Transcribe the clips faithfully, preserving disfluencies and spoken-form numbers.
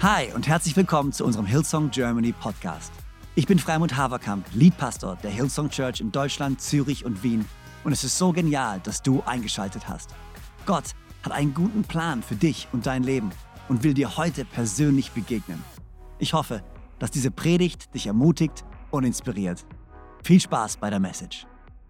Hi und herzlich willkommen zu unserem Hillsong Germany Podcast. Ich bin Freimund Haverkamp, Leadpastor der Hillsong Church in Deutschland, Zürich und Wien. Und es ist so genial, dass du eingeschaltet hast. Gott hat einen guten Plan für dich und dein Leben und will dir heute persönlich begegnen. Ich hoffe, dass diese Predigt dich ermutigt und inspiriert. Viel Spaß bei der Message.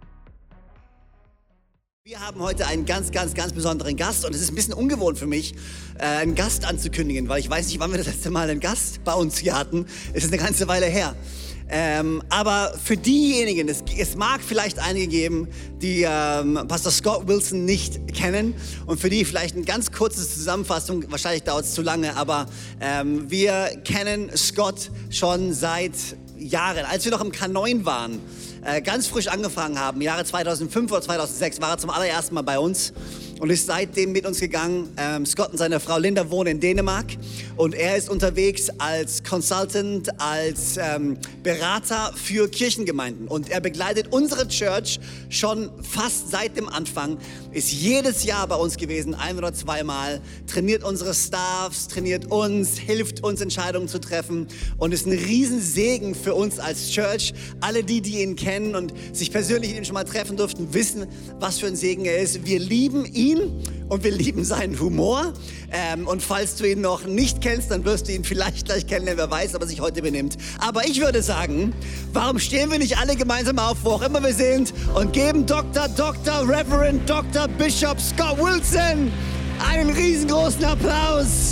Wir haben heute einen ganz, ganz, ganz besonderen Gast und es ist ein bisschen ungewohnt für mich, äh, einen Gast anzukündigen, weil ich weiß nicht, wann wir das letzte Mal einen Gast bei uns hier hatten. Es ist eine ganze Weile her. Ähm, aber für diejenigen, es, es mag vielleicht einige geben, die ähm, Pastor Scott Wilson nicht kennen und für die vielleicht eine ganz kurze Zusammenfassung, wahrscheinlich dauert es zu lange, aber ähm, wir kennen Scott schon seit Jahren, als wir noch im K neun waren. Äh, ganz frisch angefangen haben, im Jahre zweitausendfünf oder zweitausendsechs war er zum allerersten Mal bei uns und ist seitdem mit uns gegangen. Ähm, Scott und seine Frau Linda wohnen in Dänemark und er ist unterwegs als Consultant, als ähm, Berater für Kirchengemeinden und er begleitet unsere Church schon fast seit dem Anfang, ist jedes Jahr bei uns gewesen, ein oder zweimal, trainiert unsere Staffs, trainiert uns, hilft uns Entscheidungen zu treffen und ist ein Riesensegen für uns als Church. Alle die, die ihn kennen, kennen und sich persönlich mit ihm schon mal treffen durften, wissen, was für ein Segen er ist. Wir lieben ihn und wir lieben seinen Humor. Ähm, und falls du ihn noch nicht kennst, dann wirst du ihn vielleicht gleich kennenlernen, wer weiß, ob er sich heute benimmt. Aber ich würde sagen, warum stehen wir nicht alle gemeinsam auf, wo auch immer wir sind, und geben Doktor, Doktor, Reverend, Doktor, Bishop Scott Wilson einen riesengroßen Applaus.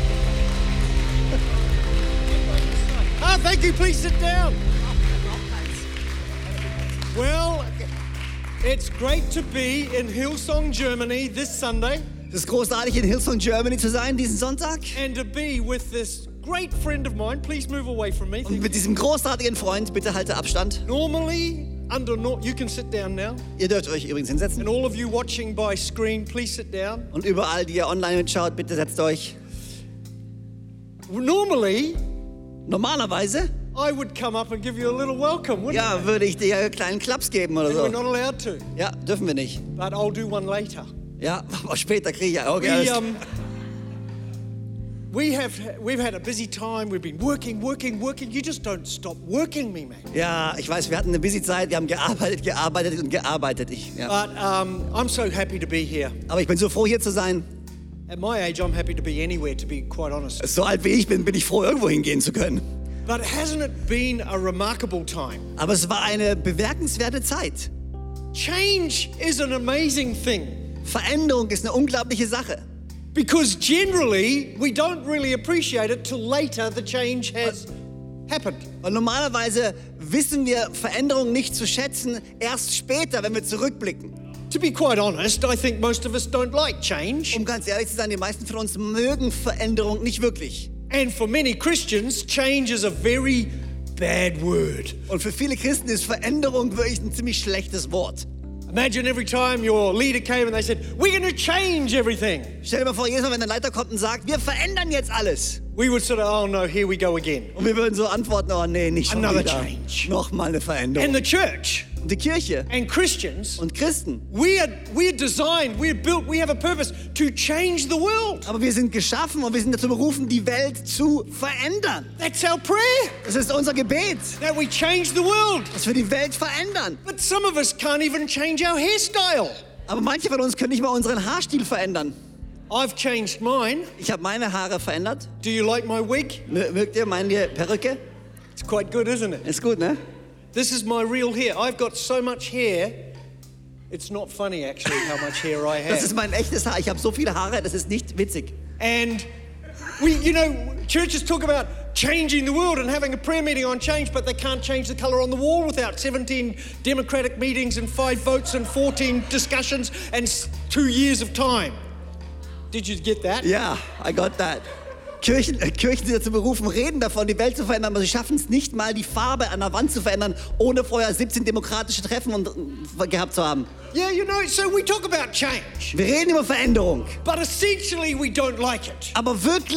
Ah, thank you. Please sit down. Well, it's great to be in Hillsong Germany this Sunday. Es ist großartig, in Hillsong Germany zu sein diesen Sonntag. And to be with this great friend of mine. Please move away from me. Und mit diesem großartigen Freund, bitte halte Abstand. Normally, under no- you can sit down now. Ihr dürft euch übrigens hinsetzen. And all of you watching by screen, please sit down. Und überall, die ihr online mitschaut, bitte setzt euch. Normally, Normalerweise, I would come up and give you a little welcome, wouldn't ja, I? würde ich dir einen kleinen Klaps geben oder And we're so. not allowed to, Ja, dürfen wir nicht. but I'll do one later. Ja, aber später kriege ich ja. Okay, We, alles- um, we have, we've had a busy time. We've been working, working, working. You just don't stop working me, man. ja, ich weiß, wir hatten eine busy Zeit, wir haben gearbeitet, gearbeitet und gearbeitet. Ich, ja. But um, I'm so happy to be here. Aber ich bin so froh, hier zu sein. At my age, I'm happy to be anywhere, to be quite honest. So alt wie ich bin, bin ich froh, irgendwo hingehen zu können. But hasn't it been a remarkable time? Aber es war eine bemerkenswerte Zeit. Change is an amazing thing Veränderung ist eine unglaubliche Sache. because generally we don't really appreciate it till later the change has happened. Und normalerweise wissen wir Veränderung nicht zu schätzen, erst später, wenn wir zurückblicken. To be quite honest, I think most of us don't like change. Um ganz ehrlich zu sein, die meisten von uns mögen Veränderung nicht wirklich. And for many Christians, change is a very bad word. Und für viele Christen ist Veränderung wirklich ein ziemlich schlechtes Wort. Imagine every time your leader came and they said, we're going to change everything. Stell dir mal vor, jedes Mal, wenn der Leiter kommt und sagt, wir verändern jetzt alles. We would sort of, oh no, here we go again. Und wir würden so antworten, oh nee, nicht schon Another wieder. change. Nochmal eine Veränderung. And the church Und die Kirche and Christians, und Christen. we are, we are designed, we are built, we have a purpose to change the world. Aber wir sind geschaffen und wir sind dazu berufen, die Welt zu verändern. That's our prayer, Das ist unser Gebet, that we change the world. dass wir die Welt verändern. But some of us can't even change our hairstyle. Aber manche von uns können nicht mal unseren Haarstil verändern. I've changed mine. Ich habe meine Haare verändert. Do you like my wig? M- Mögt ihr meine Perücke? It's quite good, isn't it? Ist gut, ne? This is my real hair. I've got so much hair. It's not funny actually how much hair I Das ist have. mein echtes Haar. Ich habe so viele Haare, das ist nicht witzig. And we, you know, churches talk about changing the world and having a prayer meeting on change, but they can't change the color on the wall without seventeen democratic meetings and five votes and fourteen discussions and s- two years of time. Did you get that? Ja, I got that. Kirchen, äh, Kirchen sind dazu berufen, reden davon, die Welt zu verändern, aber sie schaffen es nicht mal, die Farbe an der Wand zu verändern, ohne vorher siebzehn demokratische Treffen und, äh, gehabt zu haben. Yeah, you know, so we talk about change, Wir reden über Veränderung, but essentially we don't like it. aber wirklich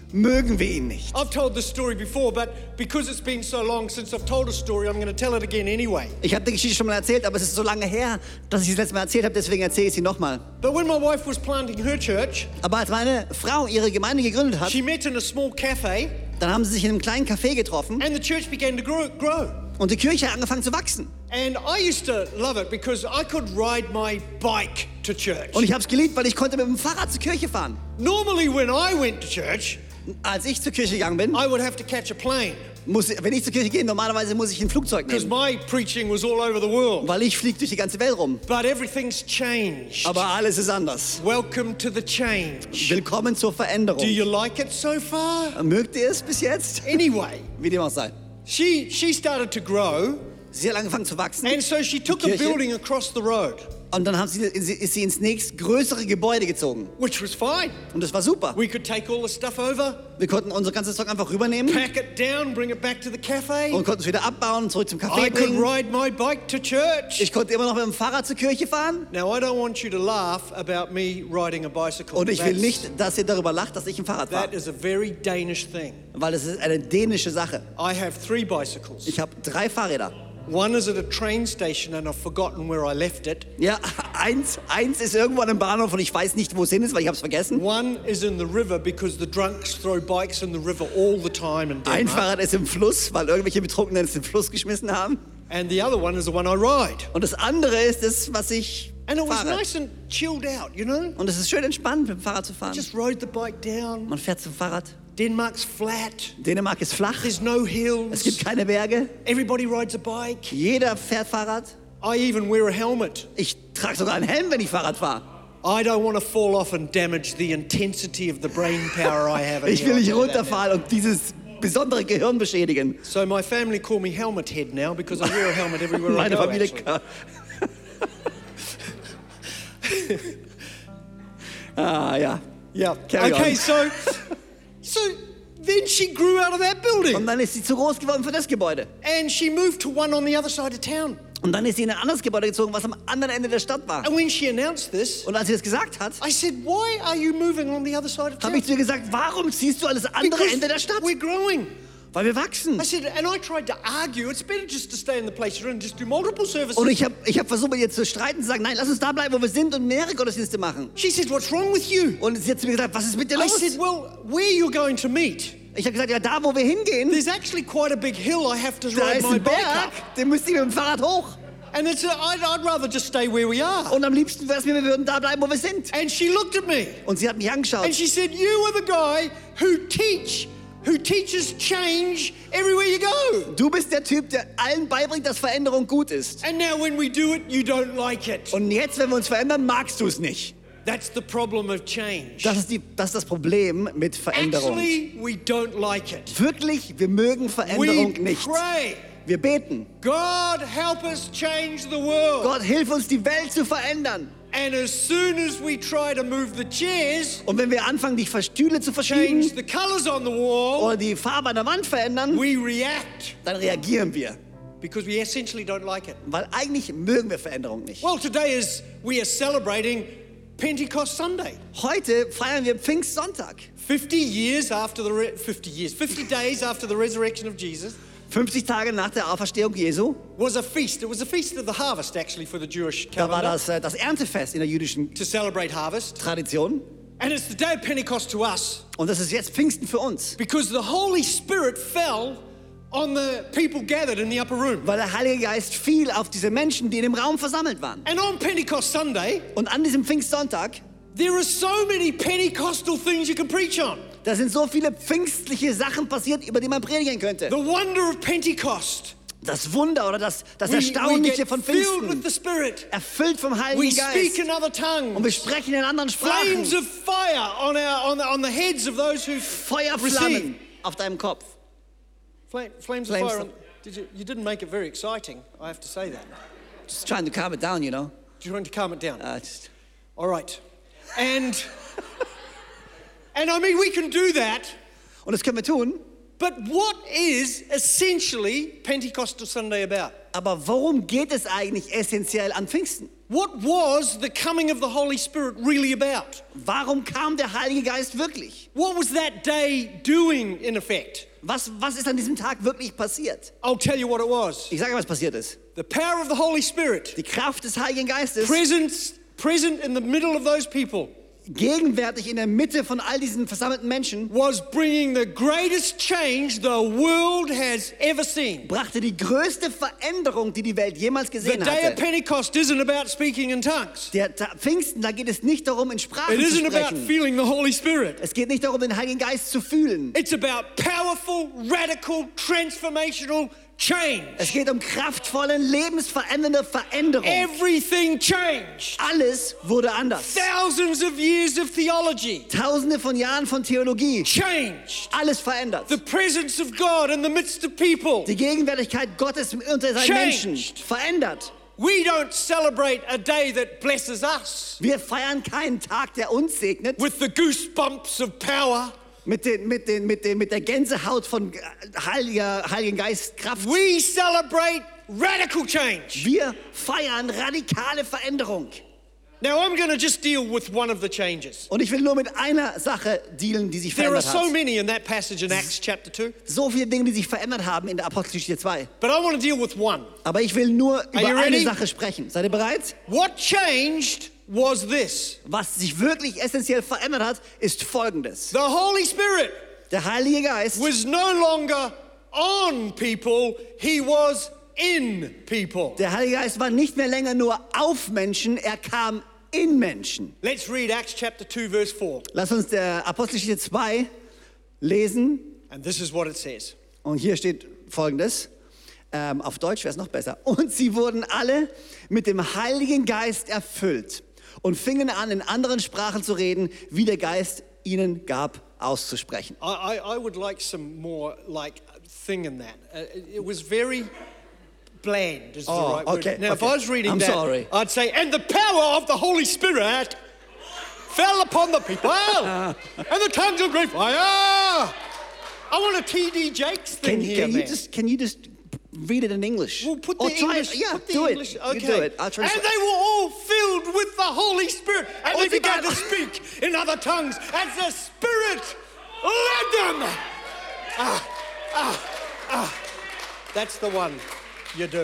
mögen wir ihn nicht. I've told this story before, but because it's been so long since I've told a story, I'm going to tell it again anyway. Ich habe die Geschichte schon mal erzählt, aber es ist so lange her, dass ich sie das letzte Mal erzählt habe, deswegen erzähle ich sie nochmal. But when my wife was planting her church, Aber als meine Frau ihre Gemeinde gegründet hat, she met in a small cafe, dann haben sie sich in einem kleinen Café getroffen and the church began to grow. grow. und die Kirche hat angefangen zu wachsen. And I used to love it because I could ride my bike to church. Und ich habe es geliebt, weil ich konnte mit dem Fahrrad zur Kirche fahren. Normally when I went to church, Als ich zur Kirche gegangen bin, I would have to catch a plane muss, wenn ich zur Kirche gehe, normalerweise muss ich ein Flugzeug because nehmen, my preaching was all over the world. weil ich fliege durch die ganze Welt rum. But everything's changed. Aber alles ist anders. Welcome to the change. Willkommen zur Veränderung. Do you like it so far? Mögt ihr es bis jetzt? Anyway, Wie dem auch sei. she she started to grow, Sie hat angefangen zu wachsen and so she took a Kirche. building across the road, und dann haben sie, ist sie ins nächstgrößere Gebäude gezogen. which was fine. Und das war super. We could take all the stuff over, Wir konnten unser ganzes Zeug einfach rübernehmen pack it down, bring it back to the cafe. und konnten es wieder abbauen und zurück zum I Café could bringen. ride my bike to church. Ich konnte immer noch mit dem Fahrrad zur Kirche fahren. Now, I don't want you to laugh about me riding a bicycle. Und ich will That's- nicht, dass ihr darüber lacht, dass ich ein Fahrrad That fahre. is a very Danish thing. Weil es ist eine dänische Sache. I have three bicycles. Ich habe drei Fahrräder. One is at a train station and I've forgotten where I left it. Ja, eins, eins ist irgendwo an einem Bahnhof und ich weiß nicht, wo es hin ist, weil ich habe es vergessen. One is in the river because the drunks throw bikes in the river all the time in Ein Denmark. Fahrrad ist im Fluss, weil irgendwelche Betrunkenen es in den Fluss geschmissen haben. And the other one is the one I ride. Und das andere ist das, was ich And it was fahre. nice and chilled out, you know? Und es ist schön entspannt, mit dem Fahrrad zu fahren. Just rode the bike down. Man fährt zum Fahrrad. Denmark's flat. Dänemark ist flach. There's no Es hills. gibt keine Berge. Everybody rides a bike. Jeder fährt Fahrrad. I even wear a helmet. Ich trage sogar einen Helm, wenn ich Fahrrad fahre. I don't want to fall off and damage the intensity of the brain power I have. in Ich here. will nicht I'll tell you that now. runterfallen und dieses besondere Gehirn beschädigen. So my family call me Helmet Head now because I wear a helmet everywhere I Meine go. Familie. actually. Ah, ja. Yeah. Carry okay, on. so so then she grew out of that building Und dann ist sie zu groß geworden für das Gebäude. and she moved to one on the other side of town. Und dann ist sie in ein anderes Gebäude gezogen, was am anderen Ende der Stadt war. And when she announced this, Und als sie das gesagt hat, I said, "Why are you moving on the other side of town?" habe ich zu ihr gesagt, warum ziehst du alles andere Ende der Stadt? we're growing. Weil wir wachsen. I said, and I tried to argue. It's better just to stay in the place you're in, just do multiple services. Und ich habe ich hab versucht, mit ihr zu streiten, zu sagen, nein, lass uns da bleiben, wo wir sind und mehrere Gottesdienste machen. She said, "What's wrong with you?" Und sie hat zu mir gesagt, was ist mit dir I los? said, "Well, where you're going to meet, Ich habe gesagt, ja, da, wo wir hingehen, there's actually quite a big hill I have to da ride ist my ein bike Berg, up, den müsst ihr mit dem Fahrrad hoch. and it's a, I'd, I'd rather just stay where we are." Und am liebsten wäre es mir, wir würden da bleiben, wo wir sind. And she looked at me Und sie hat mich angeschaut. and she said, "You are the guy who teach, who teaches change everywhere you go. Du bist der Typ, der allen beibringt, dass Veränderung gut ist. And now when we do it, you don't like it." Und jetzt, wenn wir uns verändern, magst du es nicht. That's the problem of change. Das ist, die, das ist das Problem mit Veränderung. Actually, we don't like it. Wirklich, wir mögen We Veränderung nicht. pray, Wir beten. God, help us change the world. Gott, hilf uns, die Welt zu verändern. And as soon as we try to move the chairs, Und wenn wir anfangen, die Stühle zu change verschieben the colors on the wall, oder die Farbe an der Wand verändern, we react dann reagieren wir. because we essentially don't like it. Weil eigentlich mögen wir Veränderung nicht. Well, today is we are celebrating Pentecost Sunday. Heute feiern wir Pfingstsonntag. fifty years after the re- fifty years, fifty days after the resurrection of Jesus fünfzig Tage nach der Auferstehung Jesu. was a feast. It was a feast of the harvest actually for the Jewish Da war calendar das, äh, das Erntefest in der jüdischen to celebrate harvest. Tradition. And it's the day of Pentecost to us Und das ist jetzt Pfingsten für uns. because the Holy Spirit fell on the people gathered in the upper room. Weil der Heilige Geist fiel auf diese Menschen, die in dem Raum versammelt waren. And on Pentecost Sunday, Und an diesem Pfingstsonntag, there are so many Pentecostal things you can preach on. da sind so viele pfingstliche Sachen passiert, über die man predigen könnte. The wonder of Pentecost. Das Wunder oder das, das We, we Erstaunliche get von filled with Pfingsten. the Spirit. Erfüllt vom We Heiligen speak Geist. in other Und wir tongues. sprechen in anderen Flames Sprachen. of fire on, our, on, the, on the heads of those who Feuerflammen receive. auf deinem Kopf. Flame, flames, Flames of fire. of- On, did you, you didn't make it very exciting, I have to say that. Just trying to calm it down, you know. Do you want to calm it down? Uh, just, All right. And, and I mean, we can do that, und das können wir tun. but what is essentially Pentecostal Sunday about? Aber worum geht es eigentlich essentiell an Pfingsten? What was the coming of the Holy Spirit really about? Warum kam der Heilige Geist wirklich? What was that day doing in effect? Was, was ist an diesem Tag wirklich passiert? I'll tell you what it was. Ich sage, was passiert ist. The power of the Holy Spirit, Die Kraft des Heiligen Geistes, presence, present in the middle of those people, gegenwärtig in der Mitte von all diesen versammelten Menschen, was bringing the greatest change the world has ever seen. brachte die größte Veränderung, die die Welt jemals The gesehen day of hatte. Pentecost isn't about speaking in tongues. Der Ta- Pfingsten, da geht es nicht darum, in Sprachen It zu isn't about sprechen. feeling the Holy Spirit. Es geht nicht darum, den Heiligen Geist zu fühlen. It's about powerful, radical, transformational change. Es geht um kraftvolle, lebensverändernde Veränderung. Everything changed. Alles wurde anders. Thousands of years of theology Tausende von Jahren von Theologie. changed. Alles verändert. The presence of God in the midst of people. Die Gegenwärtigkeit Gottes unter seinen Changed. Menschen verändert. We don't celebrate a day that blesses us Wir feiern keinen Tag, der uns segnet, with the goosebumps of power. mit, den, mit, den, mit, den, mit der Gänsehaut von Heiliger, Heiligen Geist Kraft. We celebrate radical change. Wir feiern radikale Veränderung. Now, I'm going to just deal with one of the changes. Und ich will nur mit einer Sache dealen, die sich There are verändert so hat. many in that passage in Acts chapter two, So viele Dinge, die sich verändert haben in der Apostelgeschichte zwei. but I want to deal with one. Aber ich will nur you über eine ready? Sache sprechen. Seid ihr bereit? What changed was this: Was sich wirklich essentiell verändert hat, ist Folgendes. the Holy Spirit Der Heilige Geist was no longer on people, he was in people. Der Heilige Geist war nicht mehr länger nur auf Menschen, er kam in Menschen. Let's read Acts chapter two, verse four. Lass uns der Apostelgeschichte zwei lesen. And this is what it says. Und hier steht Folgendes. Ähm, auf Deutsch wäre es noch besser. Und sie wurden alle mit dem Heiligen Geist erfüllt und fingen an, in anderen Sprachen zu reden, wie der Geist ihnen gab, auszusprechen. I, I, I would like some more like thing in that. Uh, it, it was very bland, is the Oh, right okay, word. Now, if okay. I was reading I'm that, sorry. I'd say, and the power of the Holy Spirit fell upon the people, and the tongues of great fire. I want a T D Jakes thing Can, here, can you man. just can you just read it in English? Well, put Or the try English. it. Yeah, put the do English. it. Okay. You do it. I'll and translate. they were all filled with the Holy Spirit, and Oh, they sie began waren- to speak in other tongues as the Spirit led them. Ah, ah, ah. That's the one you do.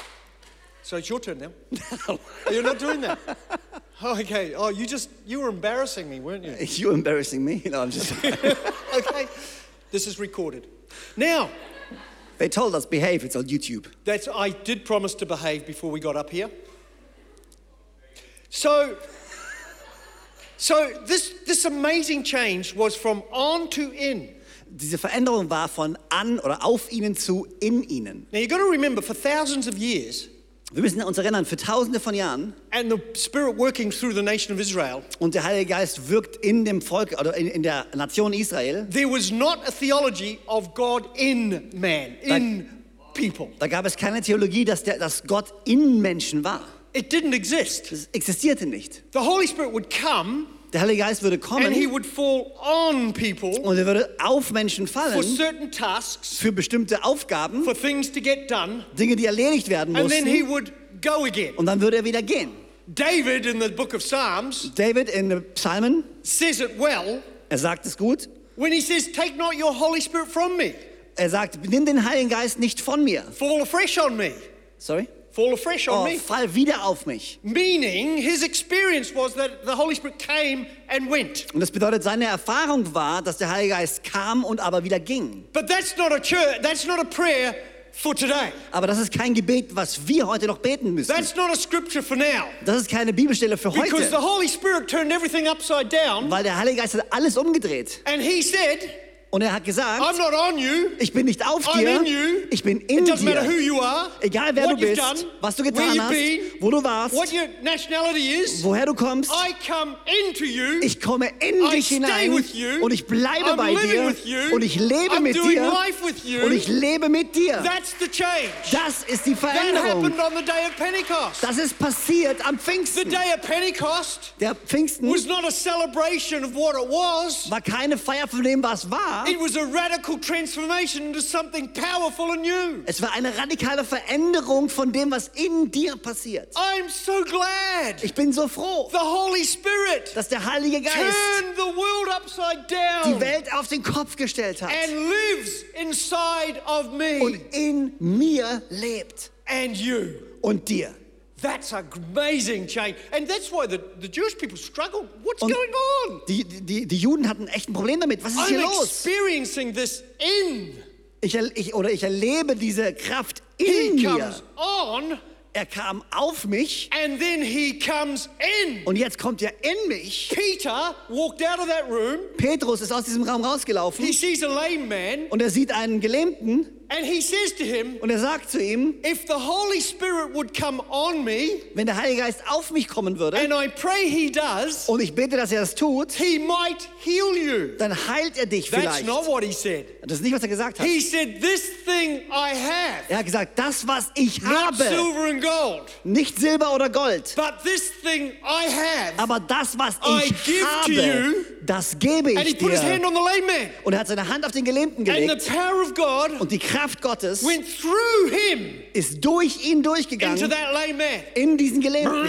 So it's your turn now. You're not doing that. Oh, okay. Oh, you just you were embarrassing me, weren't you? You're embarrassing me. No, I'm just. Okay. This is recorded. Now, They told us behave. It's on YouTube. that's I did promise to behave before we got up here. So, so this this amazing change was from on to in. Diese Veränderung war von an oder auf ihnen zu in ihnen. Now you got to remember, for thousands of years, Wir müssen uns erinnern, für tausende von Jahren and the Spirit working through the nation of Israel, und der Heilige Geist wirkt in dem Volk oder in, in der Nation Israel. there was not a theology of God in man, in people. Da gab es keine Theologie, dass, der, dass Gott in Menschen war. It didn't exist. Das existierte nicht. The Holy Spirit would come Der Heilige Geist würde kommen and he would fall on people und er würde auf Menschen for fallen certain tasks, für bestimmte Aufgaben, for things to get done, Dinge, die erledigt werden and then he mussten. would go again. Und dann würde er wieder gehen. David in the book of Psalms David in den Psalmen, says it well er sagt es gut. when he says, take not your Holy Spirit from me, Er sagt, nimm den Heiligen Geist nicht von mir. fall afresh on me, Sorry? fall afresh on Oh, me. fall wieder auf mich. Meaning his experience was that the Holy Spirit came and went. Und das bedeutet, seine Erfahrung war, dass der Heilige Geist kam und aber wieder ging. But that's not a church, that's not a prayer for today. Aber das ist kein Gebet, was wir heute noch beten müssen. That's not a scripture for now. Das ist keine Bibelstelle für Because the heute. Holy Spirit turned everything upside down Weil der Heilige Geist hat alles umgedreht. and he said, Und er hat gesagt, I'm not on you, ich bin nicht auf I'm dir, in you. ich bin in It doesn't matter who dir. you are, Egal wer what du you've bist, done, was du where getan you've hast, been, wo du warst, what your nationality is. woher du kommst. I come into you. Ich komme in I dich stay hinein with you. und ich bleibe I'm bei living dir with you. und ich lebe I'm mit doing dir life with you. und ich lebe mit dir. That's the change. Das ist die That Veränderung. happened on the day of Pentecost. Das ist passiert am The Pfingsten. day of Pentecost Der Pfingsten was not a celebration of what it was. war keine Feier von dem, was war. war, it was a radical transformation into something powerful and new. es war eine radikale Veränderung von dem, was in dir passiert. I'm so glad Ich bin so froh, the Holy Spirit dass der Heilige Geist turned the world upside die down Welt auf den Kopf gestellt hat and lives inside of me und in mir lebt and you. und dir. That's an amazing change. And that's why the, the Jewish people struggled. What's Und going on? die, die, die Juden hatten echt ein Problem damit. Was ist hier I'm los? experiencing this in. Ich, er- ich, oder ich erlebe diese Kraft in He mir. comes on Er kam auf mich and then he comes in. und jetzt kommt er in mich. Peter walked out of that room. Petrus ist aus diesem Raum rausgelaufen He sees a lame man und er sieht einen Gelähmten and he says to him, und er sagt zu ihm, if the Holy Spirit would come on me, wenn der Heilige Geist auf mich kommen würde and I pray he does, und ich bete, dass er das tut, he might heal you. dann heilt er dich That's vielleicht. not what he said. Das ist nicht, was er gesagt hat. He said, this thing I have, Er hat gesagt, das, was ich not habe, silver and gold, nicht Silber oder Gold, but this thing I have. aber das, was I ich give to habe, you. das gebe And he ich put his hand dir. on the lame man. Und er hat seine Hand auf den Gelähmten And gelegt the power of God und die Kraft Gottes went through him ist durch ihn into durchgegangen that lame man. in diesen Gelähmten.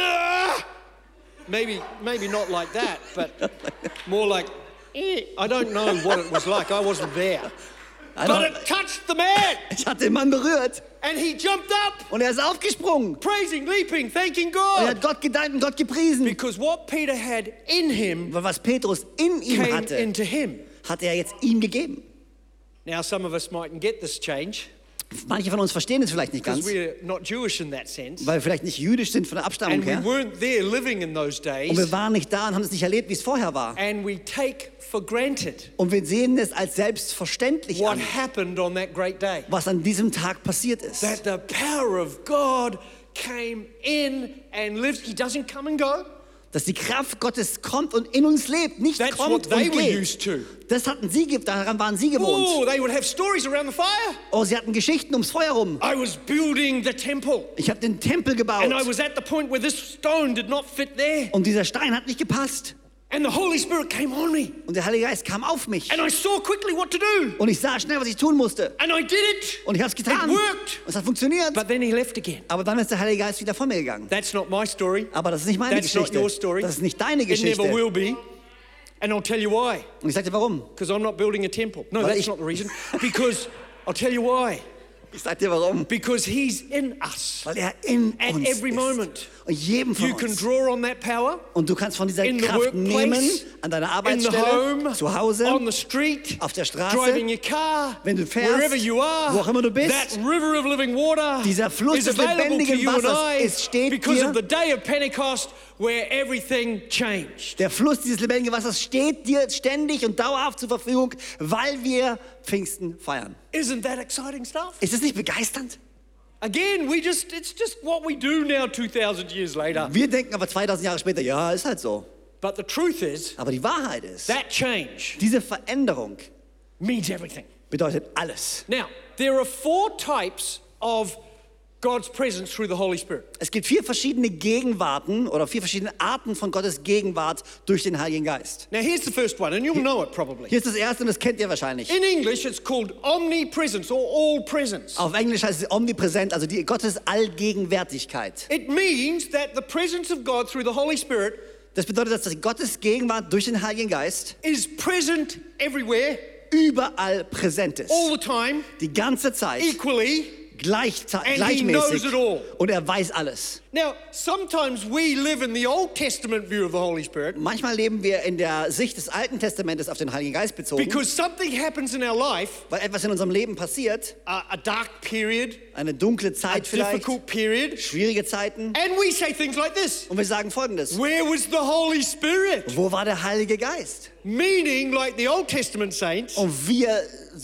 Maybe, maybe not like that, but more like, eh, I don't know what it was like. I wasn't there. But Also, it touched the man. ich hatte den Mann berührt And he jumped up, und er ist aufgesprungen. praising, leaping, thanking Und er God. hat Gott gedankt und Gott gepriesen. Because what Peter had in him Weil was Petrus in ihm came hatte, into him. hat er jetzt ihm gegeben. Now, some of us mightn't get this change Manche von uns verstehen es vielleicht nicht because ganz, we're not Jewish in that sense. weil wir vielleicht nicht jüdisch sind von der Abstammung And we her. weren't there living in those days. Und wir waren nicht da und haben es nicht erlebt, wie es vorher war. And we take for granted Und wir sehen es als selbstverständlich what an, happened on that great day. was an diesem Tag passiert ist. That the power of God came in and lives. He doesn't come and go. Dass die Kraft Gottes kommt und in uns lebt, nicht That's kommt what they und were geht. used to. Das hatten sie, ge- daran waren sie gewohnt. Oh, they would have stories around the fire. Oh, sie hatten Geschichten ums Feuer rum. I was building the temple, Ich habe den Tempel gebaut and I was at the point where this stone did not fit there. und dieser Stein hat nicht gepasst. And the Holy Spirit came on me, Und der Heilige Geist kam auf mich. and I saw quickly what to do, Und ich sah schnell, was ich tun musste. and I did it. Und ich habe es getan. It worked. Es hat funktioniert. But then he left again. Aber dann ist der Heilige Geist wieder von mir gegangen. That's not my story. Aber das ist nicht meine That's not Geschichte. your story. Das ist nicht deine It never Geschichte. will be. And I'll tell you why. Und ich sag dir warum. Because I'm not building a temple. No, Weil that's ich- not the reason. Because I'll tell you why. Ich sag dir warum. Because he's in us Weil er in at uns every ist. moment. Und jedem von You can uns. draw on that power Und du kannst von dieser in the Kraft nehmen, workplace, an deiner in the Arbeitsstelle, home, zu Hause, on the street, auf der Straße, driving your car, wenn du fährst, wherever you are. wo auch immer du bist. That river of living water Dieser Fluss is des available to lebendigen you and Wassers I ist- steht because dir- of the day of Pentecost where everything changed. Der Fluss dieses lebendigen Wassers steht dir ständig und dauerhaft zur Verfügung, weil wir Pfingsten feiern. Isn't that exciting stuff? Ist das nicht begeisternd? Again, we just it's just what we do now two thousand years later. Wir denken aber zweitausend Jahre später, ja, ist halt so. But the truth is Aber die Wahrheit ist, that change diese Veränderung means everything. bedeutet alles. Now, there are four types of God's presence through the Holy Spirit. Es gibt vier verschiedene Gegenwarten oder vier verschiedene Arten von Gottes Gegenwart durch den Heiligen Geist. Now, here's the first one, and you'll know it probably. Hier ist das erste und das kennt ihr wahrscheinlich. In English, it's called omnipresence or all presence. Auf Englisch heißt es omnipräsent, also die Gottes Allgegenwärtigkeit. It means that the presence of God through the Holy Spirit Das bedeutet, dass die Gottes Gegenwart durch den Heiligen Geist is present everywhere, überall präsent ist. all the time, Die ganze Zeit, equally. gleichze- And he knows gleichmäßig. it all. Und er weiß alles. Now, sometimes we live in the Old Testament view of the Holy Spirit Manchmal leben wir in der Sicht des Alten Testamentes auf den Heiligen Geist bezogen, because something happens in our life, weil etwas in unserem Leben passiert, a, a dark period, eine dunkle a Zeit vielleicht, difficult period, schwierige Zeiten. and we say things like this: Und wir sagen Folgendes: where was the Holy Spirit? Wo war der Heilige Geist? Meaning, like the Old Testament saints, Und wir,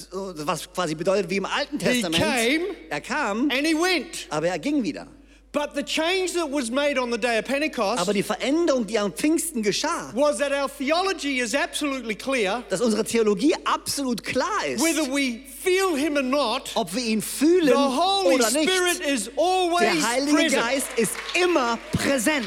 was quasi bedeutet wie im Alten He Testament, came er kam, and he went. aber er ging wieder. But the change that was made on the day of Pentecost Aber die Veränderung, die am Pfingsten geschah, was that our theology is absolutely clear. dass unsere Theologie absolut klar ist, Whether we feel him or not, ob wir ihn fühlen the Holy oder nicht. Spirit is always Der Heilige present. Geist ist immer präsent.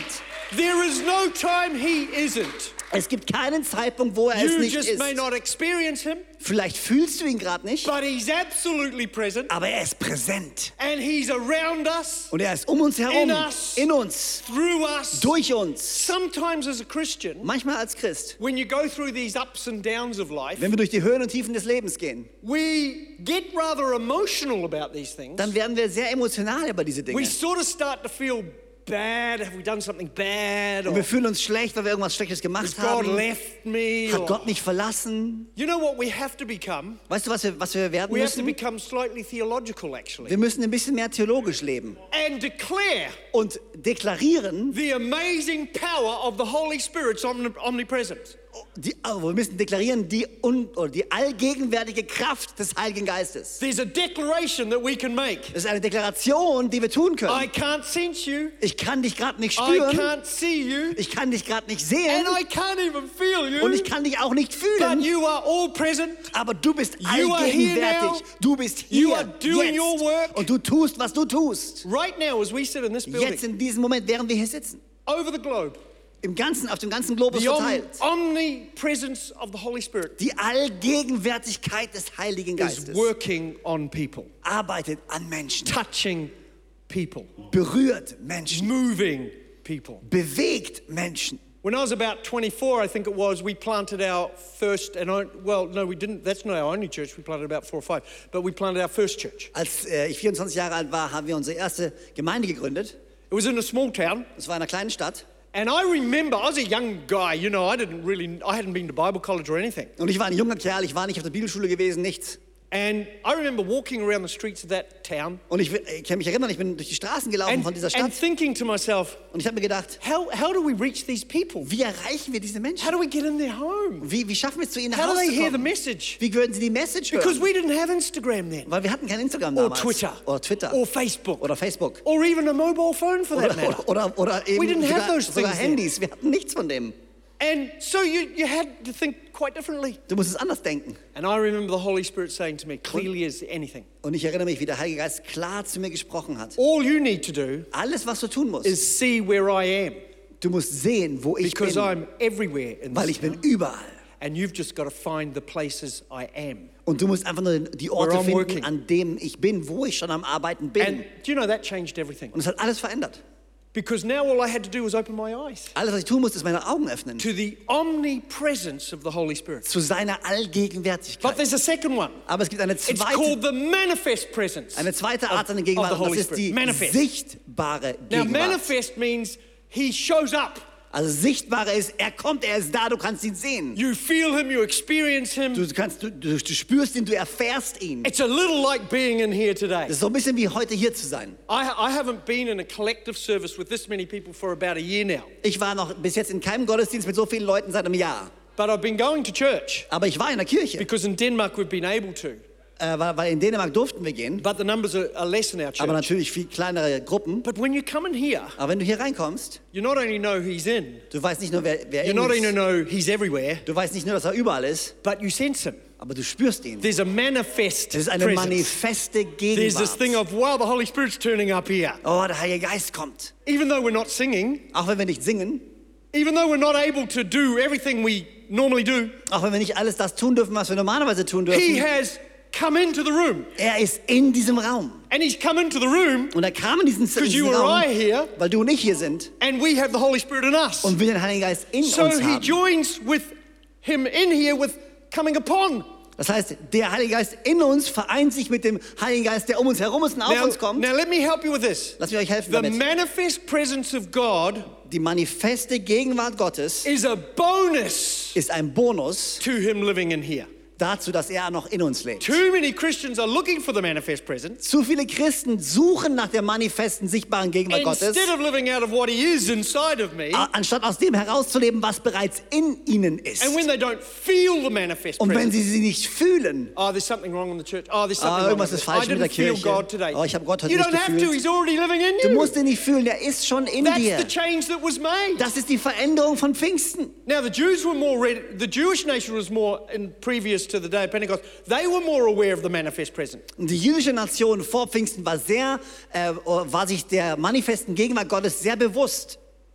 There is no time he isn't. Es gibt keinen Zeitpunkt, wo er es You nicht just ist. may not experience him, Vielleicht fühlst du ihn gerade nicht, but he's absolutely present. aber er ist präsent. And he's around us, Und er ist um uns herum, In us. in uns, through us. durch uns. Sometimes as a Christian, Manchmal als Christ, when you go through these ups and downs of life, wenn wir durch die Höhen und Tiefen des Lebens gehen, we get rather emotional about these things. dann werden wir sehr emotional über diese Dinge. We sort of start to feel bad. Have we done something bad? Und Or wir fühlen uns schlecht, weil wir irgendwas Schlechtes has gemacht God haben. left me? Hat Or- Gott mich verlassen? You know what we have to become? Weißt du, was wir, was wir werden We have to müssen? become slightly theological, actually, Wir müssen ein bisschen mehr theologisch leben and declare und deklarieren, the amazing power of the Holy Spirit's omni- omnipresence. die, oh, wir müssen deklarieren die, un, oder die allgegenwärtige Kraft des Heiligen Geistes. There's a declaration that we can make. Das ist eine Deklaration, die wir tun I können. can't sense you. Ich kann dich gerade nicht I spüren, can't see you. ich kann dich gerade nicht sehen And I can't even feel you. und ich kann dich auch nicht But fühlen, you are all present. aber du bist You are here allgegenwärtig. now. Du bist You hier are doing your jetzt work. und du tust, was du tust. Right now, as we sit in this Jetzt building, in diesem Moment, während wir hier sitzen, over the globe, im ganzen, auf dem ganzen Globus the om- verteilt. omnipresence of the Holy Spirit Die Allgegenwärtigkeit des Heiligen is Geistes working on people, arbeitet an Menschen, touching people, berührt Menschen, moving people. bewegt Menschen. When I was about twenty-four, I think it was, we planted our first, and I, well, no, we didn't, that's not our only church, we planted about four or five, but we planted our first church. Als äh, ich vierundzwanzig Jahre alt war, haben wir unsere erste Gemeinde gegründet. It was in a small town, Das war in einer kleinen Stadt. and I remember, I was a young guy, you know, I didn't really, I hadn't been to Bible college or anything. Und ich war ein junger Kerl, ich war nicht auf der Bibelschule gewesen, nichts. And I remember walking around the streets of that town Und ich, ich kann mich erinnern, ich bin durch die Straßen gelaufen and, von dieser and Stadt thinking to myself, und ich habe mir gedacht, how, how do we reach these people? wie erreichen wir diese How Menschen? do we get in their home? Wie, wie schaffen wir es, zu ihnen nach How do Hause they zu hear the kommen? message? Wie würden sie die Message Because hören? we didn't have Instagram then, Weil wir hatten kein Instagram or damals. Twitter, Oder Twitter. or Facebook, Oder Facebook. or even a mobile phone for that Oder, matter. oder, oder, oder eben We didn't have sogar, those sogar things then. Handys. Wir hatten nichts von dem. And so you, you had to think quite differently. Du musst es anders denken. And I remember the Holy Spirit saying to me, clearly as anything, Und ich erinnere mich, wie der Heilige Geist klar zu mir gesprochen hat. all you need to do Alles, was du tun musst, is see where I am, du musst sehen, wo ich because bin, I'm everywhere in weil this ich bin town. überall. And you've just got to find the places I am. Und du musst einfach nur die Orte Where I'm finden, working. an denen ich bin, wo ich schon am Arbeiten bin. And do you know that changed everything? Und es hat alles verändert. Because now all I had to do was open my eyes Alles, was ich tun musste, ist meine Augen öffnen. to the omnipresence of the Holy Spirit. Zu seiner But Allgegenwärtigkeit. there's a second one. Aber es gibt eine It's zweite, called the manifest presence eine zweite Art of, seiner of Gegenwart. the Und das Holy ist die Spirit. Manifest. sichtbare Now, Gegenwart. manifest means he shows up. Also sichtbare ist, er kommt, er ist da, du kannst ihn sehen. You feel him, you experience him. Du, kannst, du, du, du spürst ihn, du erfährst ihn. It's a little like being in here today. Das ist so ein bisschen wie heute hier zu sein. I, I haven't been in a collective service with this many people for about a year now. Ich war noch bis jetzt in keinem Gottesdienst mit so vielen Leuten seit einem Jahr. But I've been going to church Aber ich war in der Kirche, because in Denmark we've been able to. äh, weil, weil in Dänemark durften wir gehen. But the numbers are, are less in our church. Aber natürlich viel kleinere Gruppen. But when you come in here, Aber wenn du hier reinkommst, you not only know he's in, du weißt nicht nur, wer, wer you in not only ist. know he's everywhere, Du weißt nicht nur, dass er überall ist, but you sense him. aber du spürst ihn. There's a manifest Das ist eine presence. manifeste There's this thing Gegenwart. of, wow, the Holy Spirit's turning up here. Oh, der Heilige Geist kommt. Even though we're not singing, Auch wenn wir nicht singen, even though we're not able to do everything we normally do, auch wenn wir nicht alles das tun dürfen, was wir normalerweise tun he dürfen. has come into the room. Er ist in diesem Raum. And he's come into the room Und er kam in diesen, in because you diesen or Raum, I here, weil du und ich hier sind and we have the Holy Spirit in us. und wir den Heiligen Geist in So uns he haben. joins with him in here with coming upon. Das heißt, der Heilige Geist in uns vereint sich mit dem Heiligen Geist, der um uns herum ist und auf Now, uns kommt. now let me help you with this. Lass mich euch helfen The damit. manifest presence of God Die manifeste Gegenwart Gottes is a bonus ist ein Bonus to him living in here. dazu, dass er noch in uns lebt. Too many Christians are looking for the manifest presence Zu viele Christen suchen nach der manifesten, sichtbaren Gegenwart Gottes, instead of living out of what he is inside of me. a- anstatt aus dem herauszuleben, was bereits in ihnen ist. And when they don't feel the manifest Und wenn presence, sie sie nicht fühlen, oh, there's something wrong in the church. Oh, there's something Ah, wrong. irgendwas with ist it. falsch I mit der didn't feel Kirche. God today. Oh, ich habe Gott heute You nicht don't have to. gefühlt. He's already living in du you. musst ihn nicht fühlen, er ist schon in That's dir. the change that was made. Das ist die Veränderung von Pfingsten. Now the Jews were more ready, the Jewish nation was more in previous to the day of Pentecost. They were more aware of the manifest presence. Und die jüdische Nation vor Pfingsten war sehr, äh, war sich der manifesten Gegenwart Gottes sehr bewusst.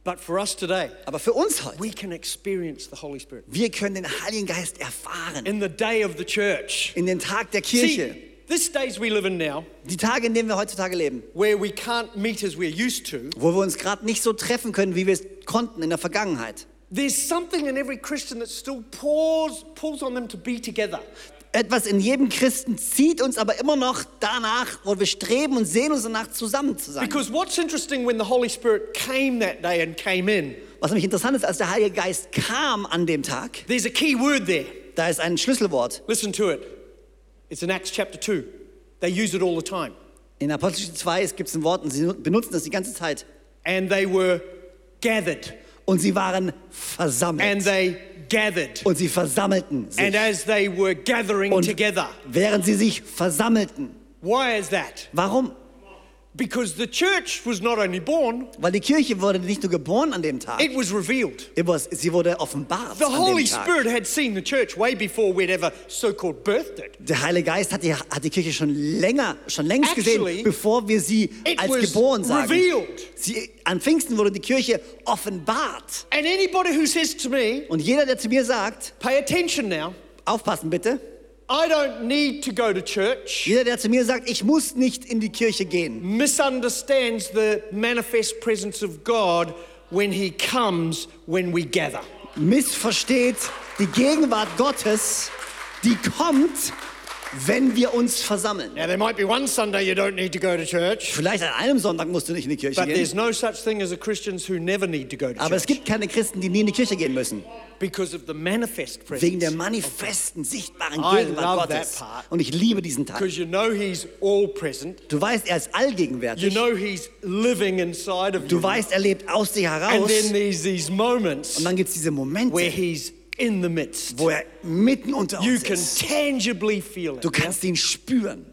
But for us today, Aber für uns heute, we can experience the Holy Spirit. wir können den Heiligen Geist erfahren. In the day of the church. In den Tag der Kirche. See, this days we live in now, Die Tage, in denen wir heutzutage leben. where we can't meet as we're used to, Wo wir uns gerade nicht so treffen können, wie wir es konnten in der Vergangenheit. there's something in every Christian that still pulls, pulls on them to be together. Etwas in jedem Christen zieht uns aber immer noch danach, wo wir streben und sehen uns danach, zusammen zu sein. Because what's interesting when the Holy Spirit came that day and came in, Was nämlich interessant ist, als der Heilige Geist kam an dem Tag, there's a key word there. da ist ein Schlüsselwort. Listen to it. It's in Acts chapter two. They use it all the time. In Apostelgeschichte zwei gibt es ein Wort und sie benutzen das die ganze Zeit. And they were gathered. Und sie waren versammelt. And they gathered. Und sie versammelten sich. And as they were gathering Und together. während sie sich versammelten. Why is that? Warum? Because the church was not only born, Weil die Kirche wurde nicht nur geboren an dem Tag, it was revealed. sie wurde offenbart The an Holy dem Tag. Spirit had seen the church way before we'd ever so-called birthed it. Der Heilige Geist hat die, hat die Kirche schon länger, schon längst Actually, gesehen, bevor wir sie it als was geboren sagen. revealed. Sie, an Pfingsten wurde die Kirche offenbart. And anybody who says to me, Und jeder, der zu mir sagt, pay attention now, aufpassen bitte, I don't need to go to church, jeder, der zu mir sagt, ich muss nicht in die Kirche gehen, misunderstands the manifest presence of God when he comes when we gather. missversteht die Gegenwart Gottes, die kommt, wenn wir uns versammeln. Now there might be one Sunday you don't need to go to church, Vielleicht an einem Sonntag musst du nicht in die Kirche but gehen, there's no such thing as a Christians who never need to go to aber es church gibt keine Christen, die nie in die Kirche gehen müssen. because of the manifest Wegen der presence. manifesten, sichtbaren I Gegenwart love Gottes. that part. Und ich liebe diesen Tag. Because you know he's all present. Du weißt, er ist You allgegenwärtig. know he's living inside of Du you. weißt, er lebt aus dir And heraus. then there's these moments Und dann gibt es diese where Momente, he's in the midst. wo er mitten unter You uns can ist. tangibly feel it. Du kannst ihn spüren.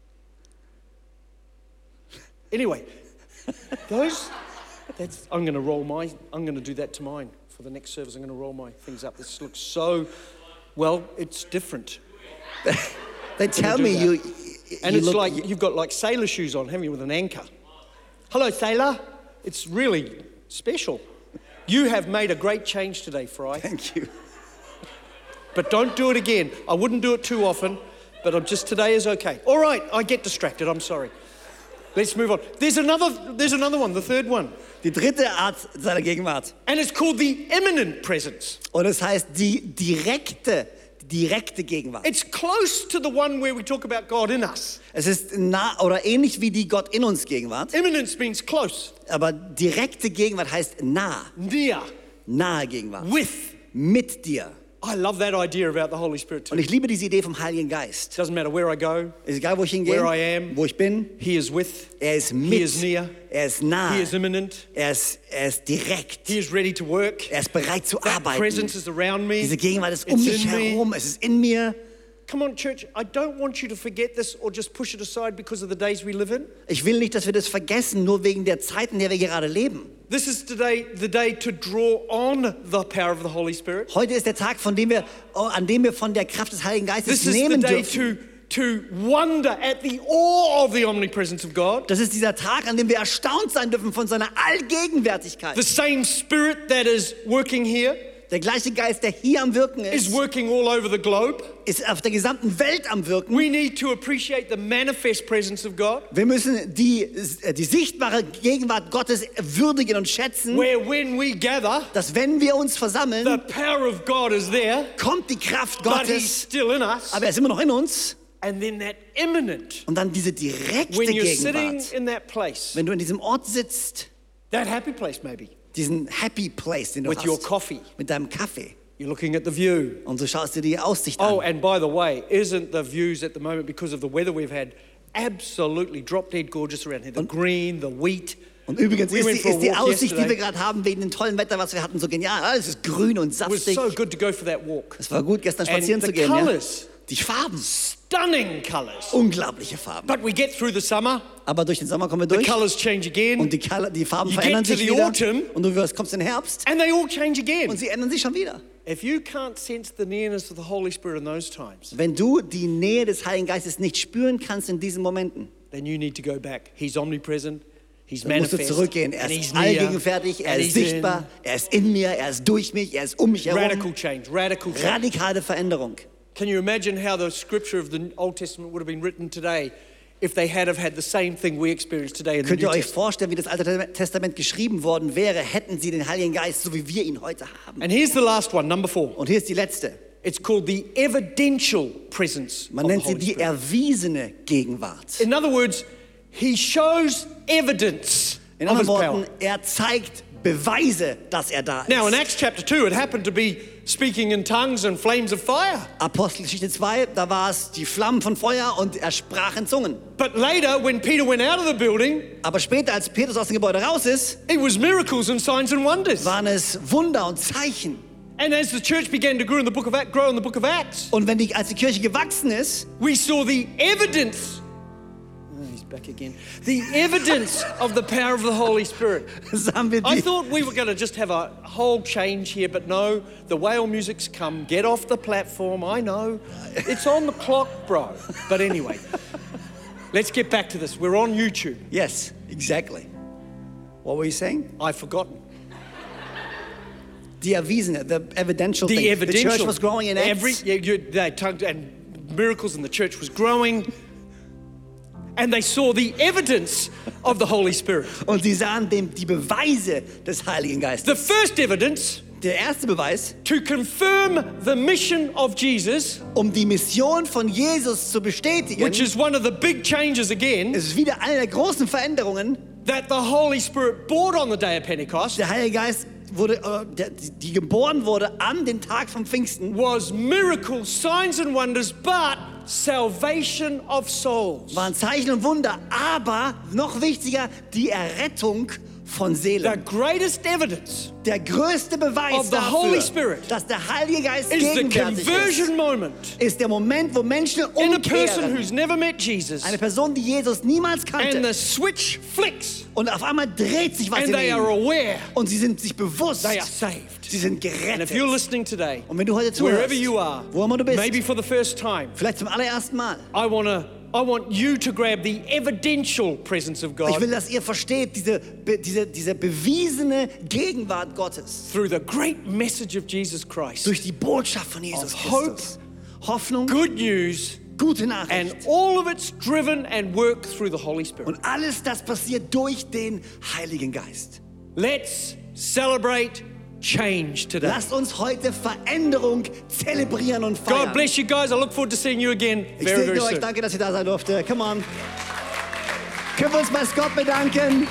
Anyway, those, that's, I'm going to roll my, I'm going to do that to mine. For the next service, I'm going to roll my things up. This looks so, well, it's different. They tell do me that. you, And you it's look, like you've got like sailor shoes on, haven't you, with an anchor. Hello, sailor. It's really special. You have made a great change today, Fry. thank you. But don't do it again. I wouldn't do it too often, but I'm just today is okay. All right, I get distracted. I'm sorry. Let's move on. There's another, there's another one, the third one. Die dritte Art seiner Gegenwart. And it's called the imminent presence. Und es heißt die direkte, direkte Gegenwart. It's close to the one where we talk about God in us. Es ist nah oder ähnlich wie die Gott in uns Gegenwart. Imminence means close, Aber direkte Gegenwart heißt nah, near, nahe Gegenwart. with. Mit dir. I love that idea about the Holy Spirit too. Und ich liebe diese Idee vom Heiligen Geist. Doesn't matter where I go, Ist egal, wo ich hingehe, Where I am. wo ich bin, He is with, er ist He mit, is near, er ist nah, He is imminent, er ist, er ist direkt, He is ready to work. er ist bereit zu That arbeiten. presence is around me. Diese Gegenwart ist um It's mich in me. herum, es ist in mir. Come on, church, I don't want you to forget this or just push it aside because of the days we live in. Ich will nicht, dass wir das vergessen, nur wegen der Zeit, in der wir gerade leben. This is today the day to draw on the power of the Holy Spirit. Heute ist der Tag, von dem wir, oh, an dem wir von der Kraft des Heiligen Geistes This is the nehmen day dürfen. to, to wonder at the awe of the omnipresence of God. Das ist dieser Tag, an dem wir erstaunt sein dürfen von seiner Allgegenwärtigkeit. The same Spirit that is working here Der gleiche Geist, der hier am Wirken is ist, working all over the globe. ist auf der gesamten Welt am Wirken. We need to appreciate the manifest presence of God, Wir müssen die, die sichtbare Gegenwart Gottes würdigen und schätzen, where when we gather, dass wenn wir uns the versammeln, power of God is there, kommt die Kraft but He's Gottes, still in us. aber er ist immer noch in uns. And then that imminent, Und dann diese direkte when you're sitting Gegenwart. in that place, Wenn du in diesem Ort sitzt, that happy place maybe, diesen Happy Place, den du with your hast, coffee, mit deinem Kaffee, you're looking at the view. und du schaust dir die Aussicht Oh, an. and by the way, isn't the views at the moment, because of the weather we've had, absolutely drop dead gorgeous around here? The green, the wheat. Und übrigens We ist went die, for a ist die walk Aussicht, die wir yesterday. gerade haben, wegen dem tollen Wetter, was wir hatten, so genial. Ah, es ist grün und It was saftig. so good to go for that walk. Es war gut, gestern And spazieren the zu gehen. Ja? colours, Die Farben, stunning colours. unglaubliche Farben. But we get through the summer, Aber durch den Sommer kommen wir the durch colours change again, und die, Color, die Farben You verändern get to sich the wieder. autumn. Und du wirst, kommst in den Herbst and they all change again. und sie ändern sich schon wieder. If you can't sense the nearness of the Holy Spirit in those times, Wenn du die Nähe des Heiligen Geistes nicht spüren kannst in diesen Momenten, then you need to go back. He's omnipresent, He's Dann musst du manifest, zurückgehen. Er and ist he's near, allgegenwärtig, er and ist he's sichtbar, in. er ist in mir, er ist durch mich, er ist um mich herum. Radical change, radical change. Radikale Veränderung. Can you imagine how the scripture of the Old Testament would have been written today if they had have had the same thing we experience today in the Könnt New ihr euch Testament? vorstellen, wie das Alte Testament geschrieben worden wäre, hätten sie den Heiligen Geist, so wie wir ihn heute haben? And here's the last one, number four. Und hier ist die letzte. It's called the evidential presence Man of the nennt sie Holy die Spirit. erwiesene Gegenwart. In other words, he shows evidence In of his anderen power. Worten, er zeigt Beweise, dass er da ist. Now, in Acts chapter two, it happened to be speaking in tongues and flames of fire. Apostelgeschichte zwei, da war es die Flammen von Feuer und er sprach in Zungen. But later, when Peter went out of the building, Aber später, als Petrus aus dem Gebäude raus ist, it was miracles and signs and wonders. waren es Wunder und Zeichen. And as the church began to grow in the book of, Act, grow in the book of Acts, Und wenn die, als die Kirche gewachsen ist, we saw the evidence. Oh, he's back again. The evidence of the power of the Holy Spirit. sahen wir I die, thought we were going to just have a whole change here, but no, the whale music's come. Get off the platform, I know. It's on the clock, bro. But anyway, let's get back to this. We're on YouTube. yes, exactly. What were you saying? I've forgotten. Die erwiesene, the evidential The thing. evidential. The church was growing in Every, Acts. yeah, you, they tongued, and miracles in the church was growing. And they saw the evidence of the Holy Spirit. Und sie sahen dem, die Beweise des Heiligen Geistes. The first evidence Der erste Beweis, to confirm the mission of Jesus, um die Mission von Jesus zu bestätigen, which is one of the big changes again, ist wieder eine der großen Veränderungen. that the Holy Spirit brought on the day of Pentecost, Der Heilige Geist wurde, äh, der, die geboren wurde an den Tag vom Pfingsten, was miracles, signs and wonders, but salvation of souls. waren Zeichen und Wunder, aber noch wichtiger, die Errettung von The Seelen. greatest evidence Der größte Beweis of the Holy dafür, Spirit dass der Heilige Geist is the gegenwärtig conversion ist, moment ist der Moment, wo Menschen in a person umkehren. who's never met Jesus, Eine Person, die Jesus niemals and kannte. the switch flicks, Und auf einmal dreht sich was and in they are ihnen. aware Und sie sind sich bewusst, they are saved. sie sind And if gerettet. you're listening today, Und wenn du heute zuhörst, wherever you are, wo immer du bist, maybe for the first time, vielleicht zum allerersten Mal, I want to I want you to grab the evidential presence of ich God will, dass ihr versteht, diese, be- diese, diese bewiesene Gegenwart Gottes through the great message of Jesus Christ. durch die Botschaft von Jesus Of hope, Christus. Hoffnung, Good news, gute and Nachricht. all of it's driven and worked through the Holy Spirit. Und alles das passiert durch den Heiligen Geist. Let's celebrate change today. Lasst uns heute Veränderung zelebrieren und feiern. God bless you guys. I look forward to seeing you again Ich very, very segne euch, soon. danke, dass ihr da sein durfte. Come on. Können wir uns bei Scott bedanken?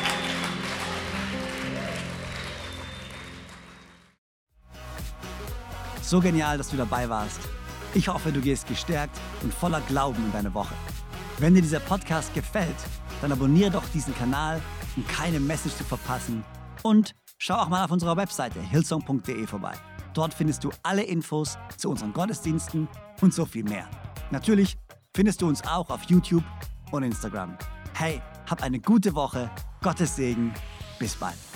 So genial, dass du dabei warst. Ich hoffe, du gehst gestärkt und voller Glauben in deine Woche. Wenn dir dieser Podcast gefällt, dann abonniere doch diesen Kanal, um keine Message zu verpassen. Und schau auch mal auf unserer Webseite hillsong punkt de vorbei. Dort findest du alle Infos zu unseren Gottesdiensten und so viel mehr. Natürlich findest du uns auch auf YouTube und Instagram. Hey, hab eine gute Woche, Gottes Segen, bis bald.